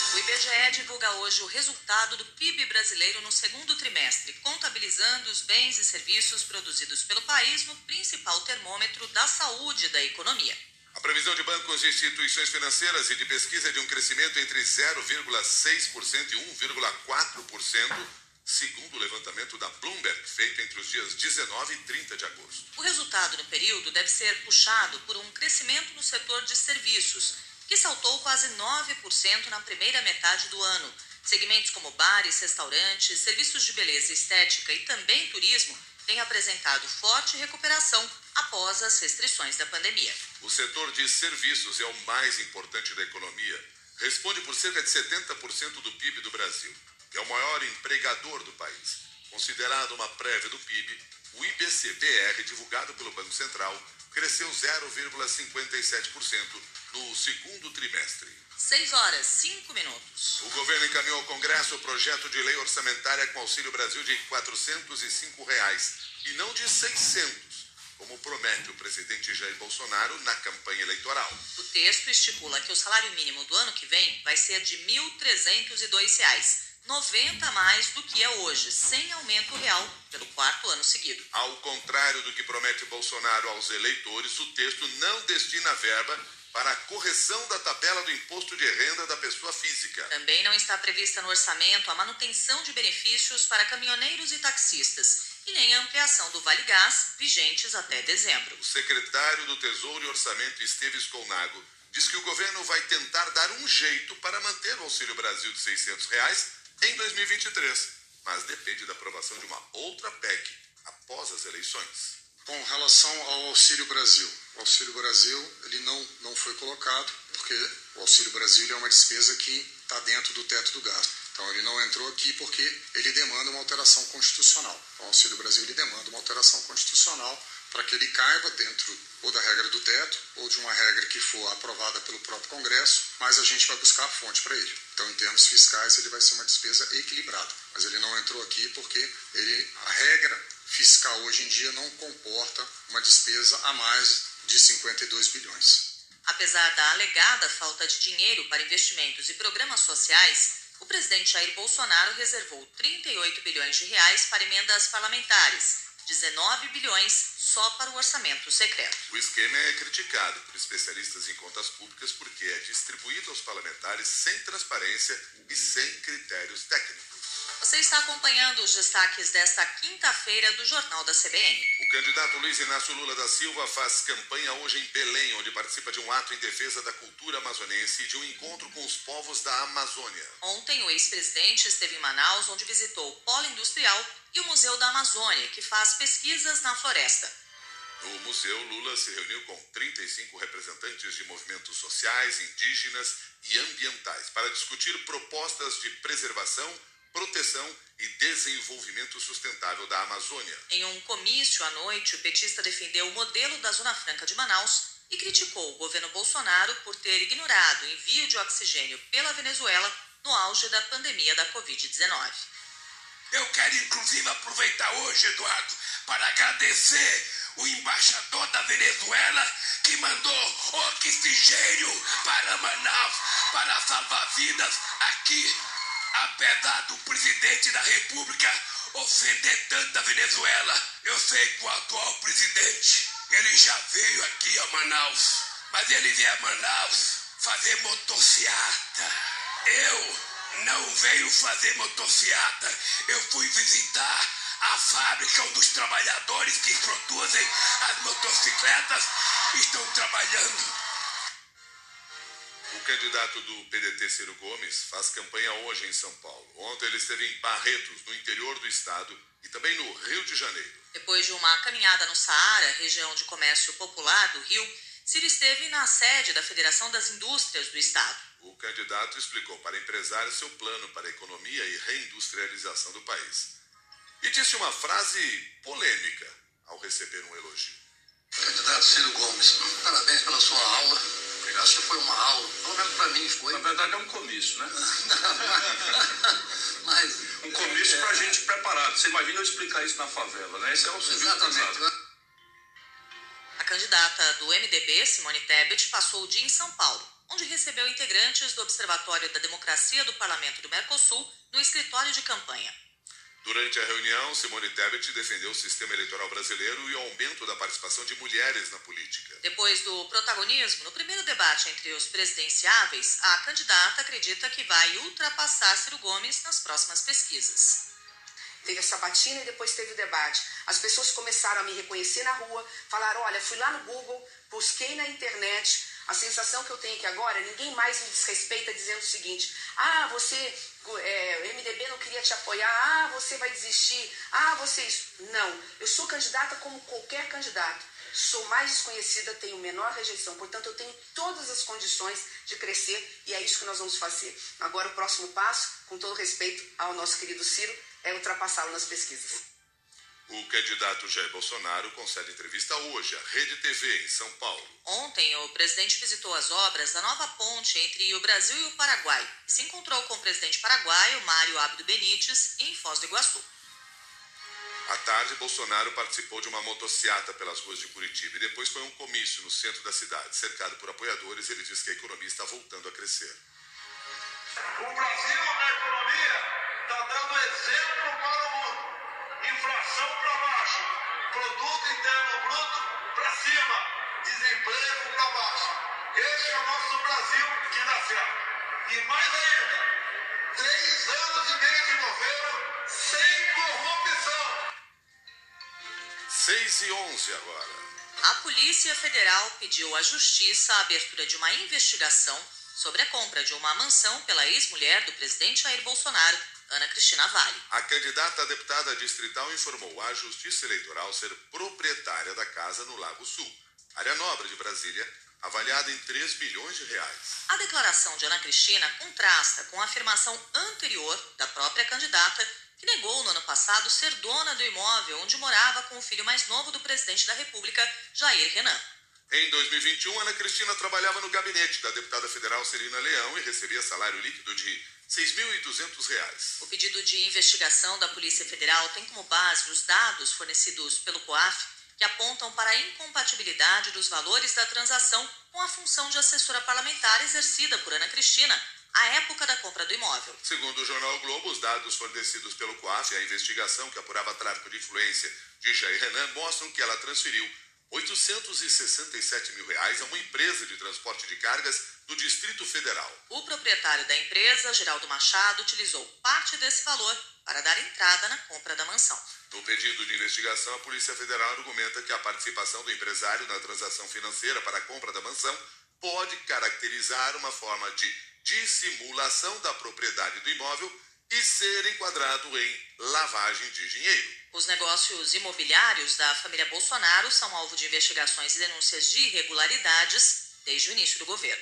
O IBGE divulga hoje o resultado do PIB brasileiro no segundo trimestre, contabilizando os bens e serviços produzidos pelo país no principal termômetro da saúde da economia. A previsão de bancos e instituições financeiras e de pesquisa é de um crescimento entre 0,6% e 1,4%, segundo o levantamento da Bloomberg, feito entre os dias 19 e 30 de agosto. O resultado no período deve ser puxado por um crescimento no setor de serviços, que saltou quase 9% na primeira metade do ano. Segmentos como bares, restaurantes, serviços de beleza e estética e também turismo têm apresentado forte recuperação após as restrições da pandemia. O setor de serviços é o mais importante da economia. Responde por cerca de 70% do PIB do Brasil. É o maior empregador do país. Considerado uma prévia do PIB, o IBC-BR, divulgado pelo Banco Central, cresceu 0,57% no segundo trimestre. 6h05. O governo encaminhou ao Congresso o projeto de lei orçamentária com Auxílio Brasil de R$ 405 e não de 600, como promete o presidente Jair Bolsonaro na campanha eleitoral. O texto estipula que o salário mínimo do ano que vem vai ser de R$ 1.302, 90 a mais do que é hoje, sem aumento real pelo quarto ano seguido. Ao contrário do que promete Bolsonaro aos eleitores, o texto não destina verba para a correção da tabela do imposto de renda da pessoa física. Também não está prevista no orçamento a manutenção de benefícios para caminhoneiros e taxistas e nem a ampliação do Vale Gás, vigentes até dezembro. O secretário do Tesouro e Orçamento, Esteves Colnago, diz que o governo vai tentar dar um jeito para manter o Auxílio Brasil de R$ 600 em 2023, mas depende da aprovação de uma outra PEC após as eleições. Com relação ao Auxílio Brasil, o Auxílio Brasil ele não foi colocado, porque o Auxílio Brasil é uma despesa que está dentro do teto do gasto. Então ele não entrou aqui porque ele demanda uma alteração constitucional. Então, o Auxílio Brasil ele demanda uma alteração constitucional para que ele caiba dentro ou da regra do teto ou de uma regra que for aprovada pelo próprio Congresso, mas a gente vai buscar a fonte para ele. Então, em termos fiscais, ele vai ser uma despesa equilibrada. Mas ele não entrou aqui porque a regra fiscal hoje em dia não comporta uma despesa a mais de 52 bilhões. Apesar da alegada falta de dinheiro para investimentos e programas sociais, o presidente Jair Bolsonaro reservou 38 bilhões de reais para emendas parlamentares, 19 bilhões só para o orçamento secreto. O esquema é criticado por especialistas em contas públicas porque é distribuído aos parlamentares sem transparência e sem critérios técnicos. Você está acompanhando os destaques desta quinta-feira do Jornal da CBN. O candidato Luiz Inácio Lula da Silva faz campanha hoje em Belém, onde participa de um ato em defesa da cultura amazonense e de um encontro com os povos da Amazônia. Ontem, o ex-presidente esteve em Manaus, onde visitou o Polo Industrial e o Museu da Amazônia, que faz pesquisas na floresta. No museu, Lula se reuniu com 35 representantes de movimentos sociais, indígenas e ambientais para discutir propostas de preservação, proteção e desenvolvimento sustentável da Amazônia. Em um comício à noite, o petista defendeu o modelo da Zona Franca de Manaus e criticou o governo Bolsonaro por ter ignorado o envio de oxigênio pela Venezuela no auge da pandemia da Covid-19. Eu quero, inclusive, aproveitar hoje, Eduardo, para agradecer o embaixador da Venezuela que mandou oxigênio para Manaus para salvar vidas aqui. Apesar do presidente da República ofender tanto a Venezuela, eu sei que o atual presidente, ele já veio aqui a Manaus, mas ele veio a Manaus fazer motociata. Eu não veio fazer motociata, eu fui visitar a fábrica onde os trabalhadores que produzem as motocicletas estão trabalhando. O candidato do PDT, Ciro Gomes, faz campanha hoje em São Paulo. Ontem ele esteve em Barretos, no interior do estado, e também no Rio de Janeiro. Depois de uma caminhada no Saara, região de comércio popular do Rio, Ciro esteve na sede da Federação das Indústrias do estado. O candidato explicou para empresários seu plano para a economia e reindustrialização do país. E disse uma frase polêmica ao receber um elogio. Candidato Ciro Gomes, parabéns pela sua aula. Acho que foi uma aula, pelo menos para mim foi. Na verdade é um comício, né? Mas um comício para gente preparado. Você imagina eu explicar isso na favela, né? Esse é o serviço exatamente. A candidata do MDB, Simone Tebet, passou o dia em São Paulo. onde recebeu integrantes do Observatório da Democracia do Parlamento do Mercosul no escritório de campanha. Durante a reunião, Simone Tebet defendeu o sistema eleitoral brasileiro e o aumento da participação de mulheres na política. Depois do protagonismo no primeiro debate entre os presidenciáveis, a candidata acredita que vai ultrapassar Ciro Gomes nas próximas pesquisas. Teve a sabatina e depois teve o debate. As pessoas começaram a me reconhecer na rua, falaram, olha, fui lá no Google, busquei na internet. A sensação que eu tenho aqui agora, ninguém mais me desrespeita dizendo o seguinte, você, o MDB não queria te apoiar, você vai desistir, você isso. Não, eu sou candidata como qualquer candidato. Sou mais desconhecida, tenho menor rejeição, portanto eu tenho todas as condições de crescer e é isso que nós vamos fazer. Agora o próximo passo, com todo respeito ao nosso querido Ciro, é ultrapassá-lo nas pesquisas. O candidato Jair Bolsonaro concede entrevista hoje à Rede TV em São Paulo. Ontem, o presidente visitou as obras da nova ponte entre o Brasil e o Paraguai e se encontrou com o presidente paraguaio, Mário Abdo Benítez, em Foz do Iguaçu. À tarde, Bolsonaro participou de uma motociata pelas ruas de Curitiba e depois foi a um comício no centro da cidade. Cercado por apoiadores, ele disse que a economia está voltando a crescer. O Brasil, na economia, está dando exemplo para o mundo. Inflação para baixo, produto interno bruto para cima, desemprego para baixo. Esse é o nosso Brasil que dá certo. E mais ainda, 3 anos e meio de governo sem corrupção. 6h11 agora. A Polícia Federal pediu à Justiça a abertura de uma investigação sobre a compra de uma mansão pela ex-mulher do presidente Jair Bolsonaro, Ana Cristina Vale. A candidata a deputada distrital informou à Justiça Eleitoral ser proprietária da casa no Lago Sul, área nobre de Brasília, avaliada em 3 milhões de reais. A declaração de Ana Cristina contrasta com a afirmação anterior da própria candidata, que negou no ano passado ser dona do imóvel onde morava com o filho mais novo do presidente da República, Jair Renan. Em 2021, Ana Cristina trabalhava no gabinete da deputada federal Celina Leão e recebia salário líquido de R$ 6.200. O pedido de investigação da Polícia Federal tem como base os dados fornecidos pelo COAF, que apontam para a incompatibilidade dos valores da transação com a função de assessora parlamentar exercida por Ana Cristina à época da compra do imóvel. Segundo o jornal o Globo, os dados fornecidos pelo COAF e a investigação que apurava tráfico de influência de Jair Renan mostram que ela transferiu R$ 867 mil a uma empresa de transporte de cargas do Distrito Federal. O proprietário da empresa, Geraldo Machado, utilizou parte desse valor para dar entrada na compra da mansão. No pedido de investigação, a Polícia Federal argumenta que a participação do empresário na transação financeira para a compra da mansão pode caracterizar uma forma de dissimulação da propriedade do imóvel e ser enquadrado em lavagem de dinheiro. Os negócios imobiliários da família Bolsonaro são alvo de investigações e denúncias de irregularidades desde o início do governo.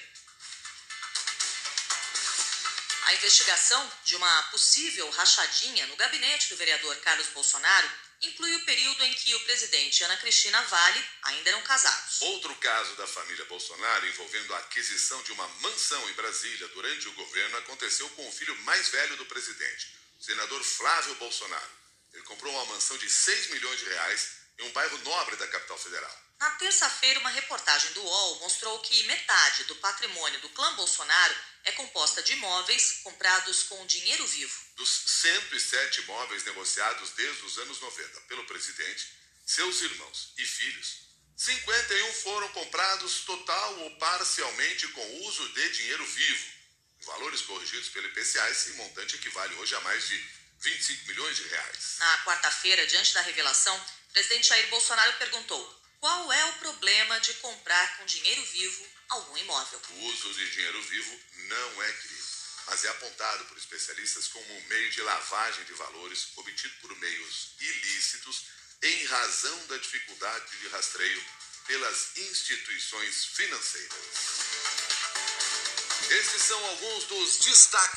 A investigação de uma possível rachadinha no gabinete do vereador Carlos Bolsonaro inclui o período em que o presidente e Ana Cristina Vale ainda eram casados. Outro caso da família Bolsonaro envolvendo a aquisição de uma mansão em Brasília durante o governo aconteceu com o filho mais velho do presidente, o senador Flávio Bolsonaro. Ele comprou uma mansão de R$ 6 milhões em um bairro nobre da capital federal. Na terça-feira, uma reportagem do UOL mostrou que metade do patrimônio do clã Bolsonaro é composta de imóveis comprados com dinheiro vivo. Dos 107 imóveis negociados desde os anos 90 pelo presidente, seus irmãos e filhos, 51 foram comprados total ou parcialmente com uso de dinheiro vivo. Valores corrigidos pelo IPCA, esse montante equivale hoje a mais de R$ 25 milhões. Na quarta-feira, diante da revelação, o presidente Jair Bolsonaro perguntou: qual é o problema de comprar com dinheiro vivo algum imóvel? O uso de dinheiro vivo não é crime, mas é apontado por especialistas como um meio de lavagem de valores obtido por meios ilícitos em razão da dificuldade de rastreio pelas instituições financeiras. Esses são alguns dos destaques